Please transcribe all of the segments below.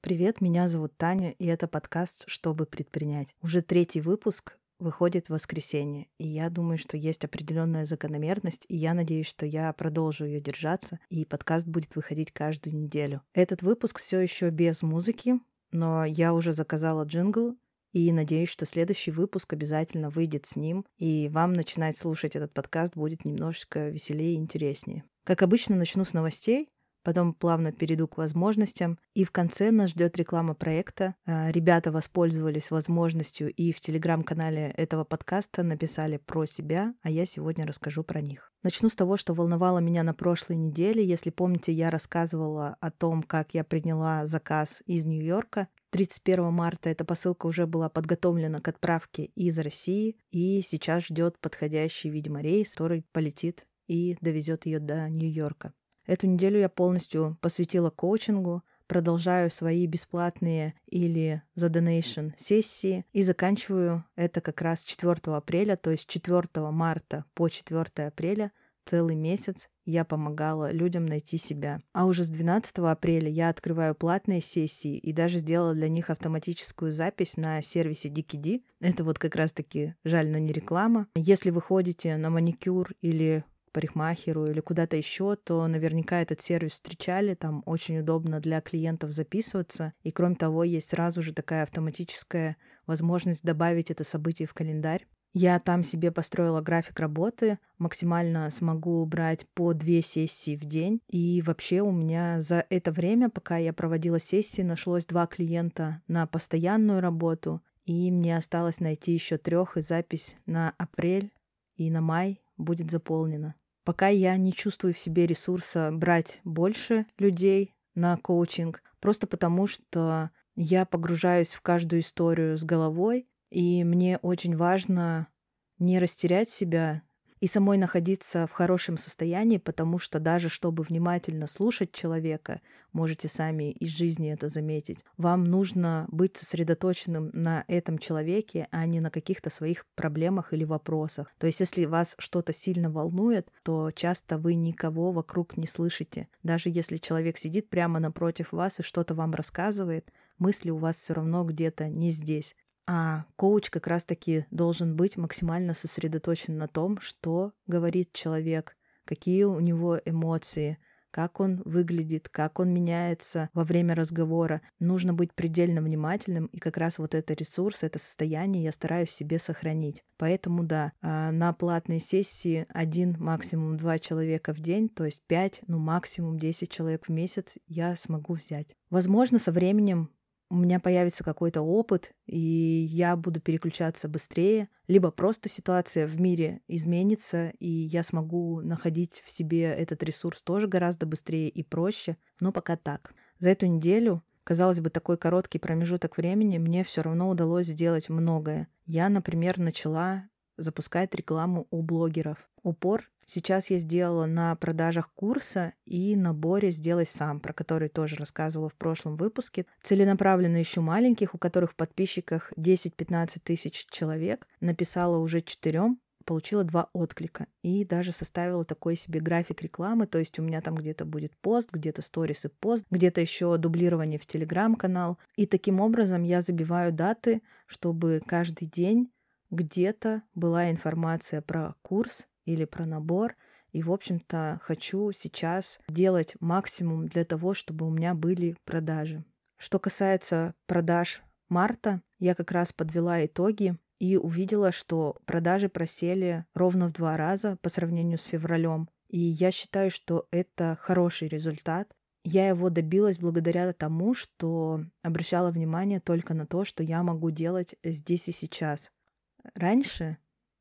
Привет, меня зовут Таня, и это подкаст «Чтобы предпринять». Уже третий выпуск выходит в воскресенье, и я думаю, что есть определенная закономерность, и я надеюсь, что я продолжу ее держаться, и подкаст будет выходить каждую неделю. Этот выпуск все еще без музыки, но я уже заказала джингл, и надеюсь, что следующий выпуск обязательно выйдет с ним, и вам начинать слушать этот подкаст будет немножечко веселее и интереснее. Как обычно, начну с новостей, потом плавно перейду к возможностям, и в конце нас ждет реклама проекта. Ребята воспользовались возможностью и в телеграм-канале этого подкаста написали про себя, а я сегодня расскажу про них. Начну с того, что волновало меня на прошлой неделе. Если помните, я рассказывала о том, как я приняла заказ из Нью-Йорка. 31 марта эта посылка уже была подготовлена к отправке из России, и сейчас ждет подходящий, видимо, рейс, который полетит и довезет ее до Нью-Йорка. Эту неделю я полностью посвятила коучингу, продолжаю свои бесплатные или за donation сессии и заканчиваю это как раз 4 апреля, то есть 4 марта по 4 апреля, целый месяц я помогала людям найти себя. А уже с 12 апреля я открываю платные сессии и даже сделала для них автоматическую запись на сервисе DikiD. Это вот как раз-таки, жаль, но не реклама. Если вы ходите на маникюр или парикмахеру или куда-то еще, то наверняка этот сервис встречали, там очень удобно для клиентов записываться, и кроме того, есть сразу же такая автоматическая возможность добавить это событие в календарь. Я там себе построила график работы, максимально смогу брать по 2 сессии в день, и вообще у меня за это время, пока я проводила сессии, нашлось 2 клиента на постоянную работу, и мне осталось найти еще 3, и запись на апрель и на май будет заполнена. Пока я не чувствую в себе ресурса брать больше людей на коучинг, просто потому что я погружаюсь в каждую историю с головой, и мне очень важно не растерять себя и самой находиться в хорошем состоянии, потому что даже чтобы внимательно слушать человека, можете сами из жизни это заметить, вам нужно быть сосредоточенным на этом человеке, а не на каких-то своих проблемах или вопросах. То есть если вас что-то сильно волнует, то часто вы никого вокруг не слышите. Даже если человек сидит прямо напротив вас и что-то вам рассказывает, мысли у вас все равно где-то не здесь. А коуч как раз-таки должен быть максимально сосредоточен на том, что говорит человек, какие у него эмоции, как он выглядит, как он меняется во время разговора. Нужно быть предельно внимательным, и как раз вот это ресурс, это состояние я стараюсь себе сохранить. Поэтому да, на платной сессии 1, максимум 2 человека в день, то есть 5, максимум 10 человек в месяц я смогу взять. Возможно, со временем у меня появится какой-то опыт, и я буду переключаться быстрее, либо просто ситуация в мире изменится, и я смогу находить в себе этот ресурс тоже гораздо быстрее и проще, но пока так. За эту неделю, казалось бы, такой короткий промежуток времени, мне все равно удалось сделать многое. Я, например, начала запускать рекламу у блогеров. Упор сейчас я сделала на продажах курса и наборе «Сделай сам», про который тоже рассказывала в прошлом выпуске. Целенаправленно ищу маленьких, у которых в подписчиках 10-15 тысяч человек. Написала уже 4, получила 2 отклика. И даже составила такой себе график рекламы, то есть у меня там где-то будет пост, где-то сторис и пост, где-то еще дублирование в телеграм-канал. И таким образом я забиваю даты, чтобы каждый день где-то была информация про курс или про набор. И, в общем-то, хочу сейчас делать максимум для того, чтобы у меня были продажи. Что касается продаж марта, я как раз подвела итоги и увидела, что продажи просели ровно в 2 раза по сравнению с февралем. И я считаю, что это хороший результат. Я его добилась благодаря тому, что обращала внимание только на то, что я могу делать здесь и сейчас. Раньше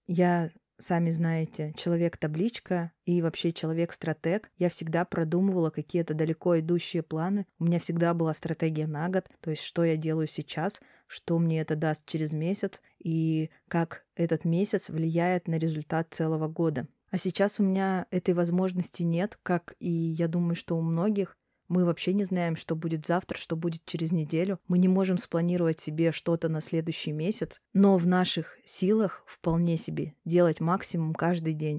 я, сами знаете, человек-табличка и вообще человек-стратег. Я всегда продумывала какие-то далеко идущие планы. У меня всегда была стратегия на год, то есть что я делаю сейчас, что мне это даст через месяц и как этот месяц влияет на результат целого года. А сейчас у меня этой возможности нет, как и я думаю, что у многих. Мы вообще не знаем, что будет завтра, что будет через неделю. Мы не можем спланировать себе что-то на следующий месяц, но в наших силах вполне себе делать максимум каждый день.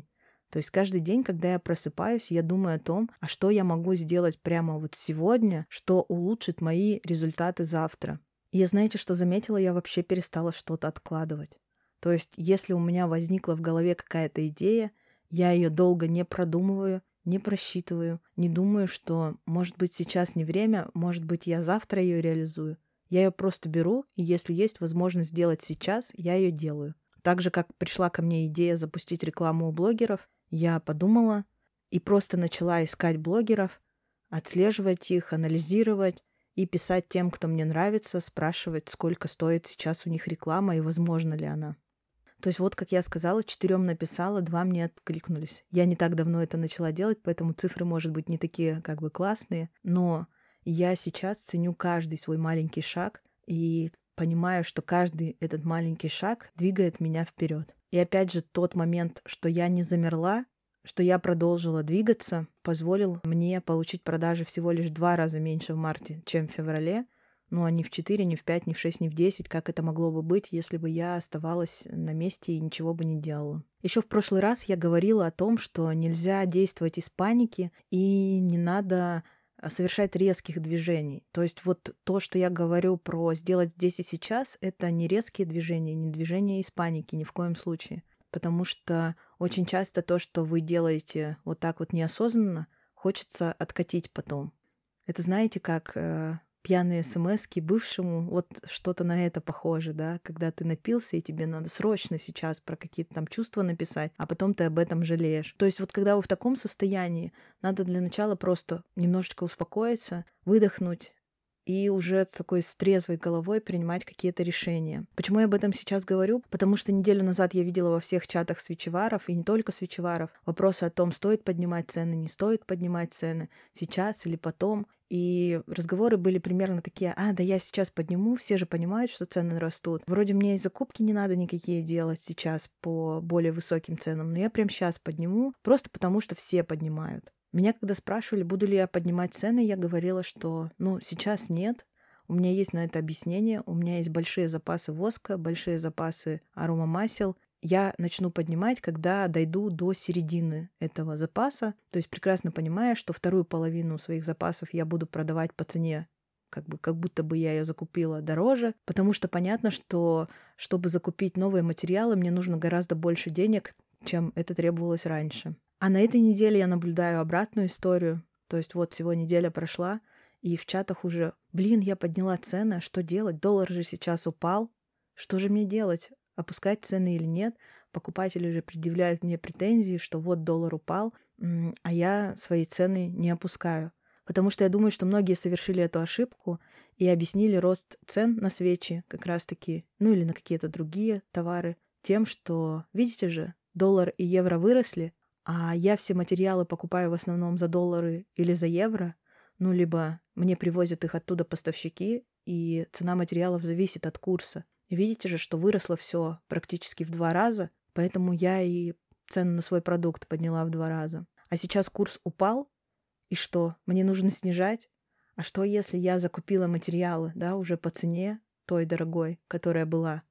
То есть каждый день, когда я просыпаюсь, я думаю о том, а что я могу сделать прямо вот сегодня, что улучшит мои результаты завтра. И я, знаете, что заметила? Я вообще перестала что-то откладывать. То есть если у меня возникла в голове какая-то идея, я ее долго не продумываю, не просчитываю, не думаю, что, может быть, сейчас не время, может быть, я завтра ее реализую. Я ее просто беру, и если есть возможность сделать сейчас, я ее делаю. Так же, как пришла ко мне идея запустить рекламу у блогеров, я подумала и просто начала искать блогеров, отслеживать их, анализировать и писать тем, кто мне нравится, спрашивать, сколько стоит сейчас у них реклама и возможно ли она. То есть вот, как я сказала, 4 написала, 2 мне откликнулись. Я не так давно это начала делать, поэтому цифры, может быть, не такие как бы классные, но я сейчас ценю каждый свой маленький шаг и понимаю, что каждый этот маленький шаг двигает меня вперед. И опять же, тот момент, что я не замерла, что я продолжила двигаться, позволил мне получить продажи всего лишь 2 раза меньше в марте, чем в феврале. Ну, а не в 4, не в 5, не в 6, не в 10, как это могло бы быть, если бы я оставалась на месте и ничего бы не делала. Еще в прошлый раз я говорила о том, что нельзя действовать из паники и не надо совершать резких движений. То есть вот то, что я говорю про сделать здесь и сейчас, это не резкие движения, не движения из паники ни в коем случае. Потому что очень часто то, что вы делаете вот так вот неосознанно, хочется откатить потом. Это знаете, как пьяные смски бывшему, вот что-то на это похоже, да, когда ты напился, и тебе надо срочно сейчас про какие-то там чувства написать, а потом ты об этом жалеешь. То есть вот когда вы в таком состоянии, надо для начала просто немножечко успокоиться, выдохнуть, и уже с такой с трезвой головой принимать какие-то решения. Почему я об этом сейчас говорю? Потому что неделю назад я видела во всех чатах свечеваров, и не только свечеваров, вопросы о том, стоит поднимать цены, не стоит поднимать цены, сейчас или потом. И разговоры были примерно такие: да я сейчас подниму, все же понимают, что цены растут. Вроде мне и закупки не надо никакие делать сейчас по более высоким ценам, но я прям сейчас подниму, просто потому что все поднимают. Меня когда спрашивали, буду ли я поднимать цены, я говорила, что сейчас нет. У меня есть на это объяснение. У меня есть большие запасы воска, большие запасы аромамасел. Я начну поднимать, когда дойду до середины этого запаса. То есть прекрасно понимая, что вторую половину своих запасов я буду продавать по цене, как будто бы я ее закупила дороже, потому что понятно, что чтобы закупить новые материалы, мне нужно гораздо больше денег, чем это требовалось раньше. А на этой неделе я наблюдаю обратную историю. То есть вот всего неделя прошла, и в чатах уже, я подняла цены, а что делать? Доллар же сейчас упал. Что же мне делать? Опускать цены или нет? Покупатели же предъявляют мне претензии, что вот доллар упал, а я свои цены не опускаю. Потому что я думаю, что многие совершили эту ошибку и объяснили рост цен на свечи как раз-таки, или на какие-то другие товары, тем, что, видите же, доллар и евро выросли, а я все материалы покупаю в основном за доллары или за евро, либо мне привозят их оттуда поставщики, и цена материалов зависит от курса. И видите же, что выросло все практически в 2 раза, поэтому я и цену на свой продукт подняла в 2 раза. А сейчас курс упал, и что? Мне нужно снижать? А что, если я закупила материалы, уже по цене той дорогой, которая была,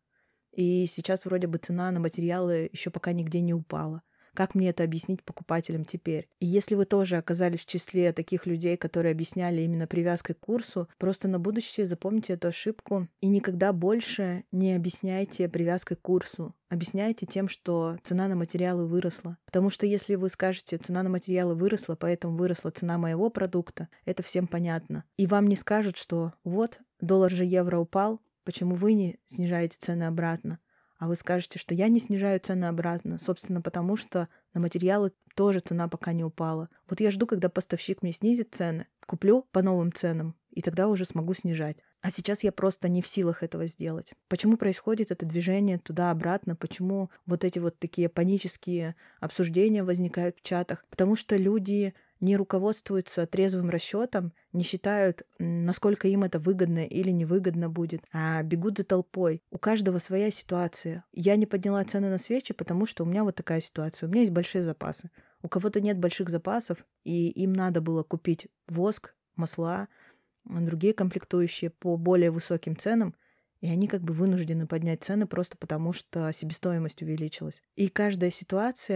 и сейчас вроде бы цена на материалы еще пока нигде не упала? Как мне это объяснить покупателям теперь? И если вы тоже оказались в числе таких людей, которые объясняли именно привязкой к курсу, просто на будущее запомните эту ошибку и никогда больше не объясняйте привязкой к курсу. Объясняйте тем, что цена на материалы выросла. Потому что если вы скажете, цена на материалы выросла, поэтому выросла цена моего продукта, это всем понятно. И вам не скажут, что вот, доллар же евро упал, почему вы не снижаете цены обратно? А вы скажете, что я не снижаю цены обратно, собственно, потому что на материалы тоже цена пока не упала. Вот я жду, когда поставщик мне снизит цены, куплю по новым ценам, и тогда уже смогу снижать. А сейчас я просто не в силах этого сделать. Почему происходит это движение туда-обратно? Почему вот эти вот такие панические обсуждения возникают в чатах? Потому что люди не руководствуются трезвым расчетом, не считают, насколько им это выгодно или невыгодно будет, а бегут за толпой. У каждого своя ситуация. Я не подняла цены на свечи, потому что у меня вот такая ситуация. У меня есть большие запасы. У кого-то нет больших запасов, и им надо было купить воск, масла, другие комплектующие по более высоким ценам, и они вынуждены поднять цены просто потому, что себестоимость увеличилась. И каждая ситуация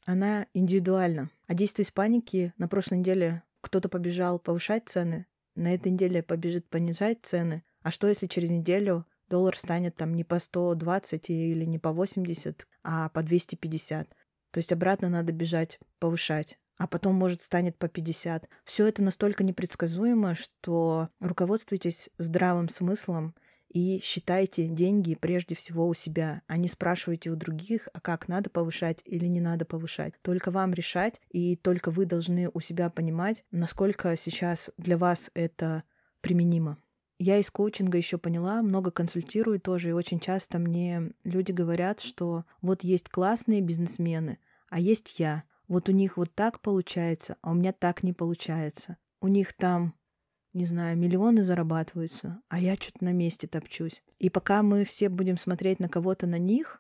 она индивидуальна. А действуя из паники, на прошлой неделе кто-то побежал повышать цены, на этой неделе побежит понижать цены. А что, если через неделю доллар станет там не по 120 или не по 80, а по 250? То есть обратно надо бежать, повышать. А потом, может, станет по 50. Все это настолько непредсказуемо, что руководствуйтесь здравым смыслом и считайте деньги прежде всего у себя, а не спрашивайте у других, а как надо повышать или не надо повышать. Только вам решать, и только вы должны у себя понимать, насколько сейчас для вас это применимо. Я из коучинга еще поняла, много консультирую тоже, и очень часто мне люди говорят, что вот есть классные бизнесмены, а есть я. Вот у них вот так получается, а у меня так не получается. У них там, не знаю, миллионы зарабатываются, а я что-то на месте топчусь. И пока мы все будем смотреть на кого-то на них,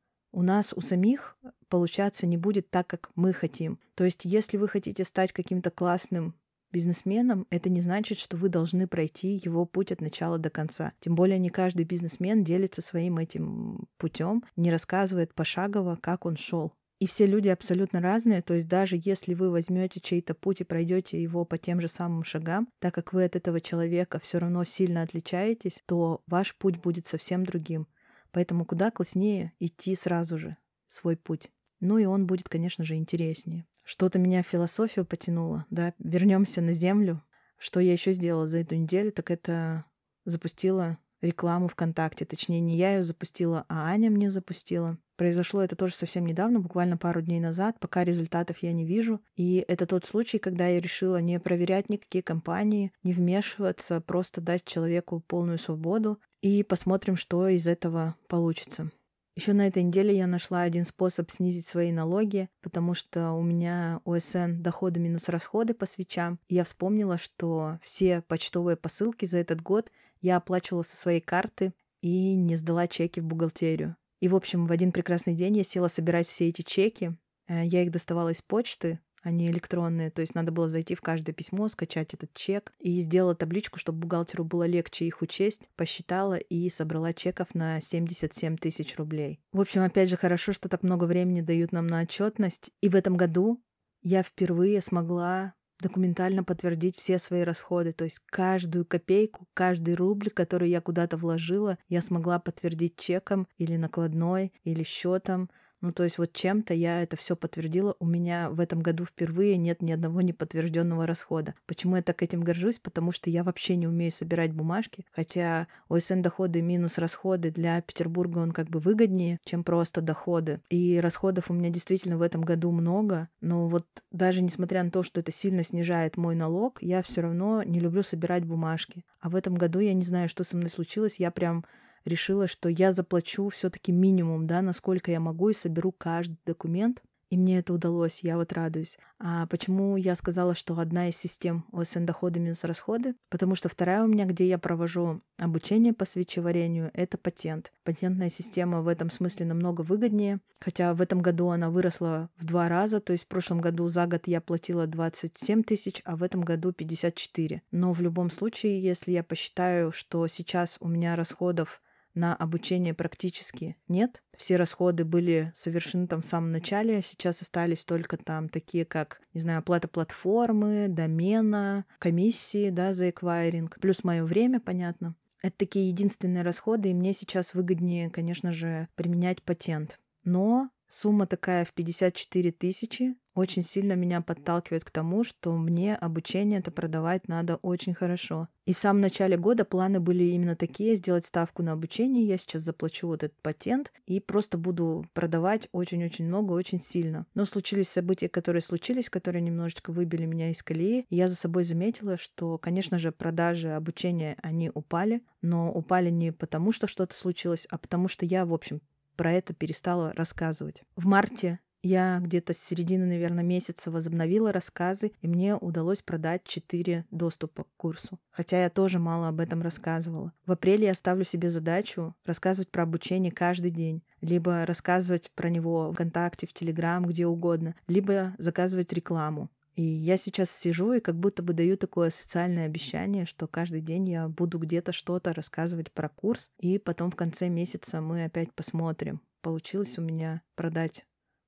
у нас у самих получаться не будет так, как мы хотим. То есть, если вы хотите стать каким-то классным бизнесменом, это не значит, что вы должны пройти его путь от начала до конца. Тем более не каждый бизнесмен делится своим этим путем, не рассказывает пошагово, как он шел. И все люди абсолютно разные, то есть даже если вы возьмете чей-то путь и пройдете его по тем же самым шагам, так как вы от этого человека все равно сильно отличаетесь, то ваш путь будет совсем другим. Поэтому куда класснее идти сразу же свой путь. Ну и он будет, конечно же, интереснее. Что-то меня в философию потянуло, да, вернемся на землю. Что я еще сделала за эту неделю, так это запустила рекламу ВКонтакте. Точнее, не я ее запустила, а Аня мне запустила. Произошло это тоже совсем недавно, буквально пару дней назад, пока результатов я не вижу. И это тот случай, когда я решила не проверять никакие компании, не вмешиваться, просто дать человеку полную свободу и посмотрим, что из этого получится. Еще на этой неделе я нашла один способ снизить свои налоги, потому что у меня ОСН доходы минус расходы по свечам. И я вспомнила, что все почтовые посылки за этот год я оплачивала со своей карты и не сдала чеки в бухгалтерию. И, в общем, в один прекрасный день я села собирать все эти чеки. Я их доставала из почты, они электронные, то есть надо было зайти в каждое письмо, скачать этот чек, и сделала табличку, чтобы бухгалтеру было легче их учесть, посчитала и собрала чеков на 77 тысяч рублей. В общем, опять же, хорошо, что так много времени дают нам на отчетность, и в этом году я впервые смогла документально подтвердить все свои расходы, то есть каждую копейку, каждый рубль, который я куда-то вложила, я смогла подтвердить чеком или накладной, или счетом. Ну, то есть вот чем-то я это все подтвердила. У меня в этом году впервые нет ни одного неподтвержденного расхода. Почему я так этим горжусь? Потому что я вообще не умею собирать бумажки, хотя ОСН доходы минус расходы для Петербурга он как бы выгоднее, чем просто доходы. И расходов у меня действительно в этом году много, но вот даже несмотря на то, что это сильно снижает мой налог, я все равно не люблю собирать бумажки. А в этом году я не знаю, что со мной случилось, я прям решила, что я заплачу все-таки минимум, да, насколько я могу, и соберу каждый документ. И мне это удалось, я вот радуюсь. А почему я сказала, что одна из систем ОСН доходы минус расходы? Потому что вторая у меня, где я провожу обучение по свечеварению, это патент. Патентная система в этом смысле намного выгоднее, хотя в этом году она выросла в 2 раза, то есть в прошлом году за год я платила 27 тысяч, а в этом году 54. Но в любом случае, если я посчитаю, что сейчас у меня расходов на обучение практически нет. Все расходы были совершены там в самом начале, сейчас остались только там такие, как, не знаю, оплата платформы, домена, комиссии, да, за эквайринг, плюс мое время, понятно. Это такие единственные расходы, и мне сейчас выгоднее, конечно же, применять патент. Но сумма такая в 54 тысячи очень сильно меня подталкивает к тому, что мне обучение это продавать надо очень хорошо. И в самом начале года планы были именно такие, сделать ставку на обучение. Я сейчас заплачу вот этот патент и просто буду продавать очень-очень много, очень сильно. Но случились события, которые немножечко выбили меня из колеи. И я за собой заметила, что, конечно же, продажи обучения, они упали, но упали не потому, что что-то случилось, а потому что я, в общем, про это перестала рассказывать. В марте я где-то с середины, наверное, месяца возобновила рассказы, и мне удалось продать 4 доступа к курсу. Хотя я тоже мало об этом рассказывала. В апреле я ставлю себе задачу рассказывать про обучение каждый день. Либо рассказывать про него ВКонтакте, в Телеграм, где угодно. Либо заказывать рекламу. И я сейчас сижу и как будто бы даю такое социальное обещание, что каждый день я буду где-то что-то рассказывать про курс, и потом в конце месяца мы опять посмотрим, получилось у меня продать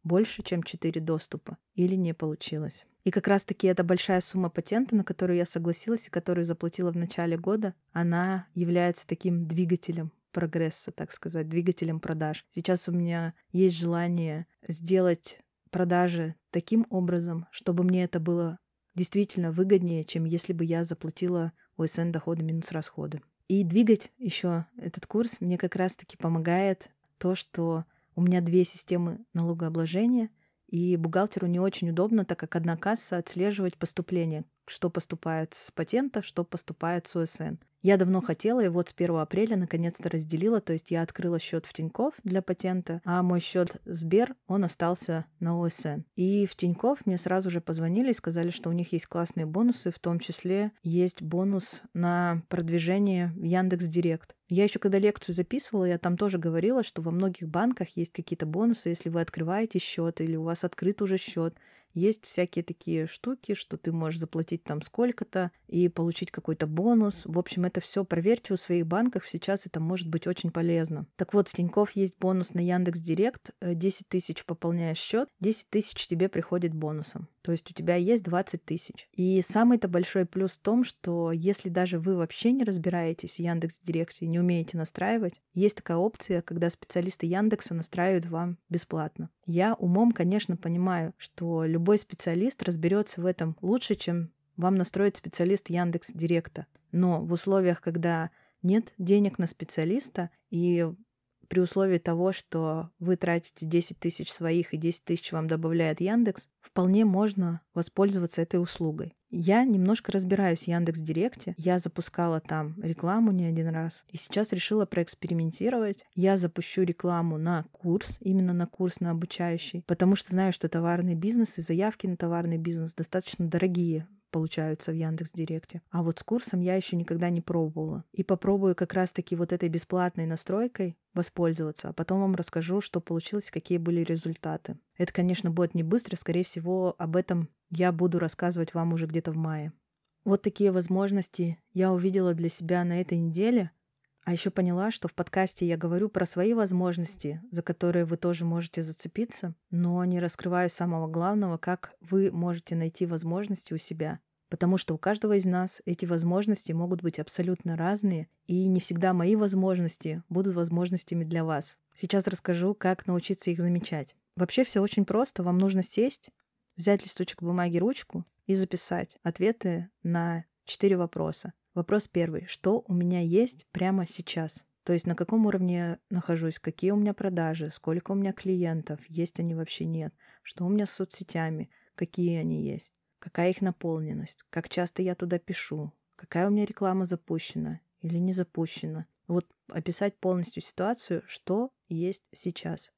больше, чем 4 доступа или не получилось. И как раз-таки эта большая сумма патента, на которую я согласилась и которую заплатила в начале года, она является таким двигателем прогресса, так сказать, двигателем продаж. Сейчас у меня есть желание сделать продажи таким образом, чтобы мне это было действительно выгоднее, чем если бы я заплатила ОСН доходы минус расходы. И двигать еще этот курс мне как раз-таки помогает то, что у меня 2 системы налогообложения, и бухгалтеру не очень удобно, так как одна касса отслеживать поступление, что поступает с патента, что поступает с ОСН. Я давно хотела, и вот с 1 апреля наконец-то разделила, то есть я открыла счет в Тинькофф для патента, а мой счет Сбер, он остался на ОСН. И в Тинькофф мне сразу же позвонили и сказали, что у них есть классные бонусы, в том числе есть бонус на продвижение в Яндекс.Директ. Я еще когда лекцию записывала, я там тоже говорила, что во многих банках есть какие-то бонусы, если вы открываете счет или у вас открыт уже счет. Есть всякие такие штуки, что ты можешь заплатить там сколько-то и получить какой-то бонус. В общем, это все проверьте у своих банков. Сейчас это может быть очень полезно. Так вот, в Тинькофф есть бонус на Яндекс.Директ. 10 тысяч пополняешь счет, 10 тысяч тебе приходит бонусом. То есть у тебя есть 20 тысяч. И самый-то большой плюс в том, что если даже вы вообще не разбираетесь в Яндекс.Директе и не умеете настраивать, есть такая опция, когда специалисты Яндекса настраивают вам бесплатно. Я умом, конечно, понимаю, что любой специалист разберется в этом лучше, чем вам настроит специалист Яндекс.Директа. Но в условиях, когда нет денег на специалиста, и при условии того, что вы тратите 10 тысяч своих и 10 тысяч вам добавляет Яндекс, вполне можно воспользоваться этой услугой. Я немножко разбираюсь в Яндекс.Директе. Я запускала там рекламу не один раз. И сейчас решила проэкспериментировать. Я запущу рекламу на курс, именно на курс, на обучающий, потому что знаю, что товарный бизнес и заявки на товарный бизнес достаточно дорогие получаются в Яндекс.Директе. А вот с курсом я еще никогда не пробовала. И попробую как раз-таки вот этой бесплатной настройкой воспользоваться, а потом вам расскажу, что получилось, какие были результаты. Это, конечно, будет не быстро, скорее всего, об этом я буду рассказывать вам уже где-то в мае. Вот такие возможности я увидела для себя на этой неделе. А еще поняла, что в подкасте я говорю про свои возможности, за которые вы тоже можете зацепиться, но не раскрываю самого главного, как вы можете найти возможности у себя. Потому что у каждого из нас эти возможности могут быть абсолютно разные, и не всегда мои возможности будут возможностями для вас. Сейчас расскажу, как научиться их замечать. Вообще все очень просто. Вам нужно сесть, взять листочек бумаги, ручку и записать ответы на 4 вопроса. Вопрос 1. Что у меня есть прямо сейчас? То есть на каком уровне я нахожусь, какие у меня продажи, сколько у меня клиентов, есть они вообще, нет, что у меня с соцсетями, какие они есть, какая их наполненность, как часто я туда пишу, какая у меня реклама запущена или не запущена. Вот описать полностью ситуацию, что есть сейчас.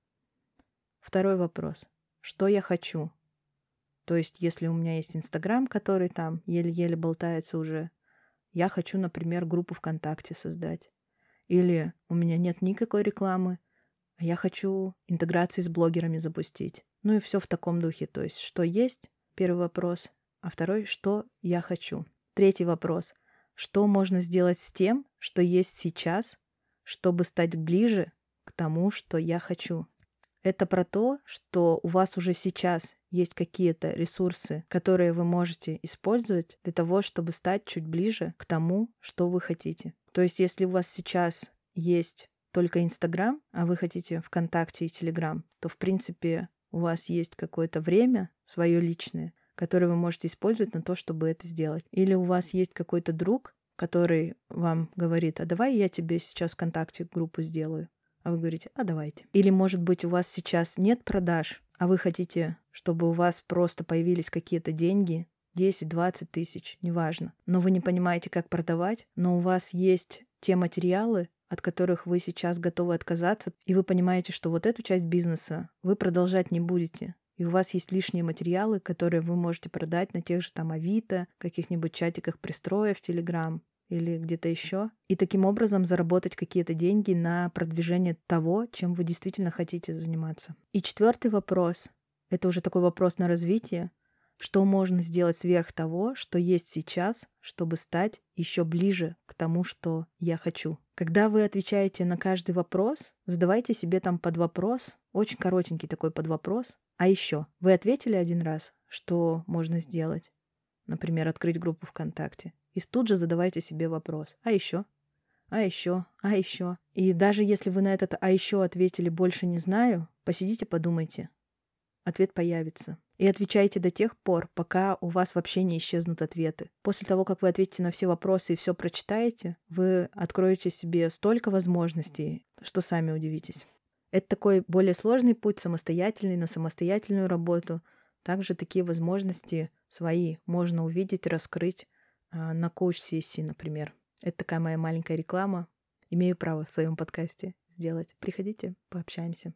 2 вопрос. Что я хочу? То есть если у меня есть Инстаграм, который там еле-еле болтается уже, я хочу, например, группу ВКонтакте создать. Или у меня нет никакой рекламы, а я хочу интеграции с блогерами запустить. Ну и все в таком духе. То есть, что есть, 1 вопрос, а 2, что я хочу. 3 вопрос. Что можно сделать с тем, что есть сейчас, чтобы стать ближе к тому, что я хочу? Это про то, что у вас уже сейчас есть какие-то ресурсы, которые вы можете использовать для того, чтобы стать чуть ближе к тому, что вы хотите. То есть, если у вас сейчас есть только Инстаграм, а вы хотите ВКонтакте и Телеграм, то, в принципе, у вас есть какое-то время свое личное, которое вы можете использовать на то, чтобы это сделать. Или у вас есть какой-то друг, который вам говорит, а давай я тебе сейчас ВКонтакте группу сделаю. А вы говорите, а давайте. Или, может быть, у вас сейчас нет продаж, а вы хотите, чтобы у вас просто появились какие-то деньги, 10-20 тысяч, неважно. Но вы не понимаете, как продавать, но у вас есть те материалы, от которых вы сейчас готовы отказаться, и вы понимаете, что вот эту часть бизнеса вы продолжать не будете. И у вас есть лишние материалы, которые вы можете продать на тех же там Авито, каких-нибудь чатиках пристроя в Телеграм или где-то еще, и таким образом заработать какие-то деньги на продвижение того, чем вы действительно хотите заниматься. И 4 вопрос, это уже такой вопрос на развитие, Что можно сделать сверх того, что есть сейчас, чтобы стать еще ближе к тому, что я хочу? Когда вы отвечаете на каждый вопрос, задавайте себе там подвопрос, очень коротенький такой подвопрос. А еще вы ответили один раз, что можно сделать? Например, открыть группу ВКонтакте. И тут же задавайте себе вопрос. А еще? А еще? А еще? И даже если вы на этот «а еще» ответили «больше не знаю», посидите, подумайте. Ответ появится. И отвечайте до тех пор, пока у вас вообще не исчезнут ответы. После того, как вы ответите на все вопросы и все прочитаете, вы откроете себе столько возможностей, что сами удивитесь. Это такой более сложный путь, самостоятельный, на самостоятельную работу. Также такие возможности свои можно увидеть, раскрыть на коуч-сессии, например. Это такая моя маленькая реклама. Имею право в своем подкасте сделать. Приходите, пообщаемся.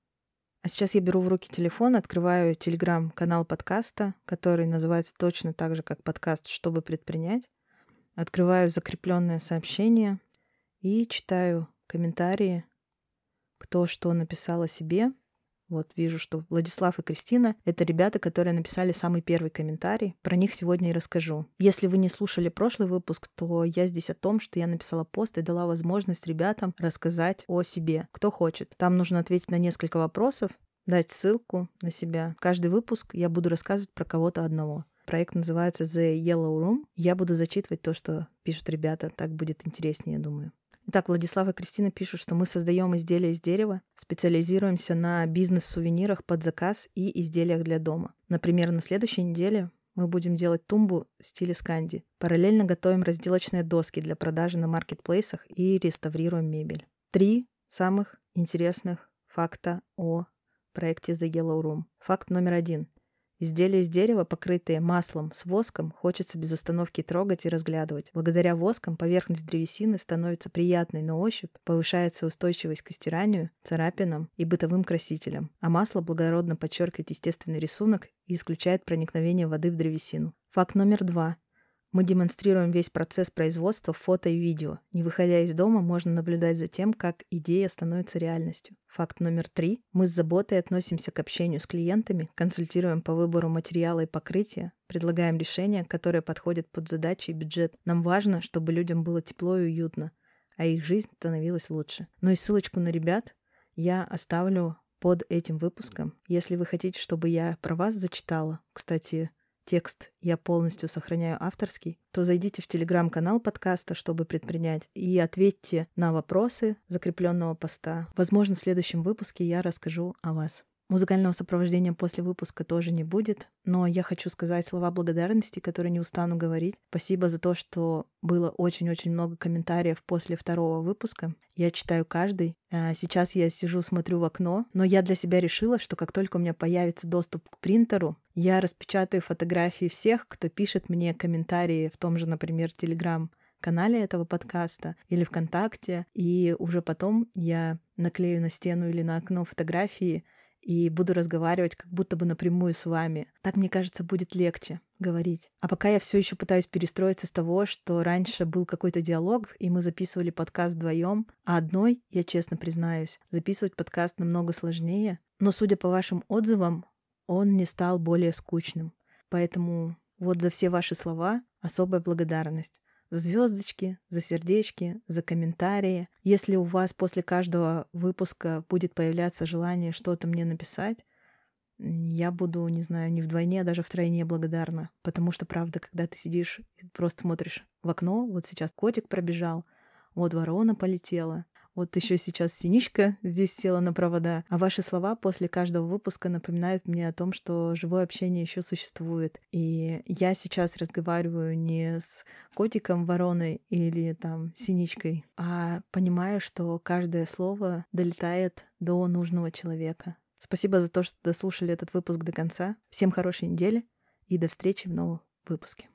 А сейчас я беру в руки телефон, открываю телеграм-канал подкаста, который называется точно так же, как подкаст «Чтобы предпринять». Открываю закрепленное сообщение и читаю комментарии, кто что написал о себе. Вот вижу, что Владислав и Кристина — это ребята, которые написали самый первый комментарий. Про них сегодня и расскажу. Если вы не слушали прошлый выпуск, то я здесь о том, что я написала пост и дала возможность ребятам рассказать о себе, кто хочет. Там нужно ответить на несколько вопросов, дать ссылку на себя. Каждый выпуск я буду рассказывать про кого-то одного. Проект называется The Yellow Room. Я буду зачитывать то, что пишут ребята. Так будет интереснее, я думаю. Итак, Владислав и Кристина пишут, что мы создаем изделия из дерева, специализируемся на бизнес-сувенирах под заказ и изделиях для дома. Например, на следующей неделе мы будем делать тумбу в стиле сканди. Параллельно готовим разделочные доски для продажи на маркетплейсах и реставрируем мебель. 3 самых интересных факта о проекте The Yellow Room. Факт номер 1. Изделия из дерева, покрытые маслом с воском, хочется без остановки трогать и разглядывать. Благодаря воскам поверхность древесины становится приятной на ощупь, повышается устойчивость к стиранию, царапинам и бытовым красителям, а масло благородно подчеркивает естественный рисунок и исключает проникновение воды в древесину. Факт номер 2. Мы демонстрируем весь процесс производства в фото и видео. Не выходя из дома, можно наблюдать за тем, как идея становится реальностью. Факт номер 3. Мы с заботой относимся к общению с клиентами, консультируем по выбору материала и покрытия, предлагаем решения, которые подходят под задачи и бюджет. Нам важно, чтобы людям было тепло и уютно, а их жизнь становилась лучше. Ну и ссылочку на ребят я оставлю под этим выпуском. Если вы хотите, чтобы я про вас зачитала, кстати, текст я полностью сохраняю авторский, то зайдите в телеграм-канал подкаста «Чтобы предпринять» и ответьте на вопросы закрепленного поста. Возможно, в следующем выпуске я расскажу о вас. Музыкального сопровождения после выпуска тоже не будет, но я хочу сказать слова благодарности, которые не устану говорить. Спасибо за то, что было очень-очень много комментариев после второго выпуска. Я читаю каждый. Сейчас я сижу, смотрю в окно, но я для себя решила, что как только у меня появится доступ к принтеру, я распечатаю фотографии всех, кто пишет мне комментарии в том же, например, Телеграм-канале этого подкаста или ВКонтакте, и уже потом я наклею на стену или на окно фотографии и буду разговаривать как будто бы напрямую с вами. Так, мне кажется, будет легче говорить. А пока я все еще пытаюсь перестроиться с того, что раньше был какой-то диалог, и мы записывали подкаст вдвоем, а одной, я честно признаюсь, записывать подкаст намного сложнее. Но, судя по вашим отзывам, он не стал более скучным. Поэтому вот за все ваши слова особая благодарность. За звездочки, за сердечки, за комментарии. Если у вас после каждого выпуска будет появляться желание что-то мне написать, я буду, не знаю, не вдвойне, а даже втройне благодарна. Потому что, правда, когда ты сидишь и просто смотришь в окно, вот сейчас котик пробежал, вот ворона полетела, вот еще сейчас синичка здесь села на провода. А ваши слова после каждого выпуска напоминают мне о том, что живое общение еще существует. И я сейчас разговариваю не с котиком, вороной или там синичкой, а понимаю, что каждое слово долетает до нужного человека. Спасибо за то, что дослушали этот выпуск до конца. Всем хорошей недели и до встречи в новом выпуске.